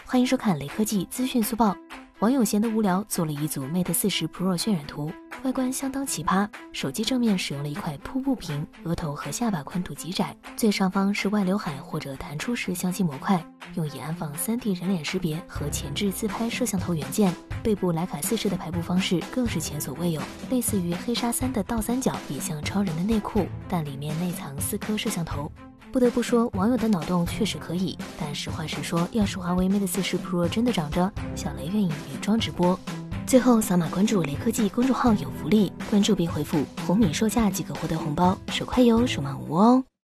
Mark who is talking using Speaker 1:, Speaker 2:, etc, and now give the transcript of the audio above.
Speaker 1: 欢迎收看雷科技资讯速报。网友闲得无聊，做了一组 Mate 40 Pro 渲染图，外观相当奇葩。手机正面使用了一块瀑布屏，额头和下巴宽度极窄，最上方是外刘海或者弹出式相机模块，用以安放 3D 人脸识别和前置自拍摄像头元件。背部徕卡4式的排布方式更是前所未有，类似于黑鲨3的倒三角，也像超人的内裤，但里面内藏4颗摄像头。不得不说，网友的脑洞确实可以，但实话实说，要是华为 Mate 40 Pro 真的长着，小雷愿意原装直播。最后扫码关注雷科技公众号有福利，关注并回复红米售价即可获得红包，手快有，手慢无哦。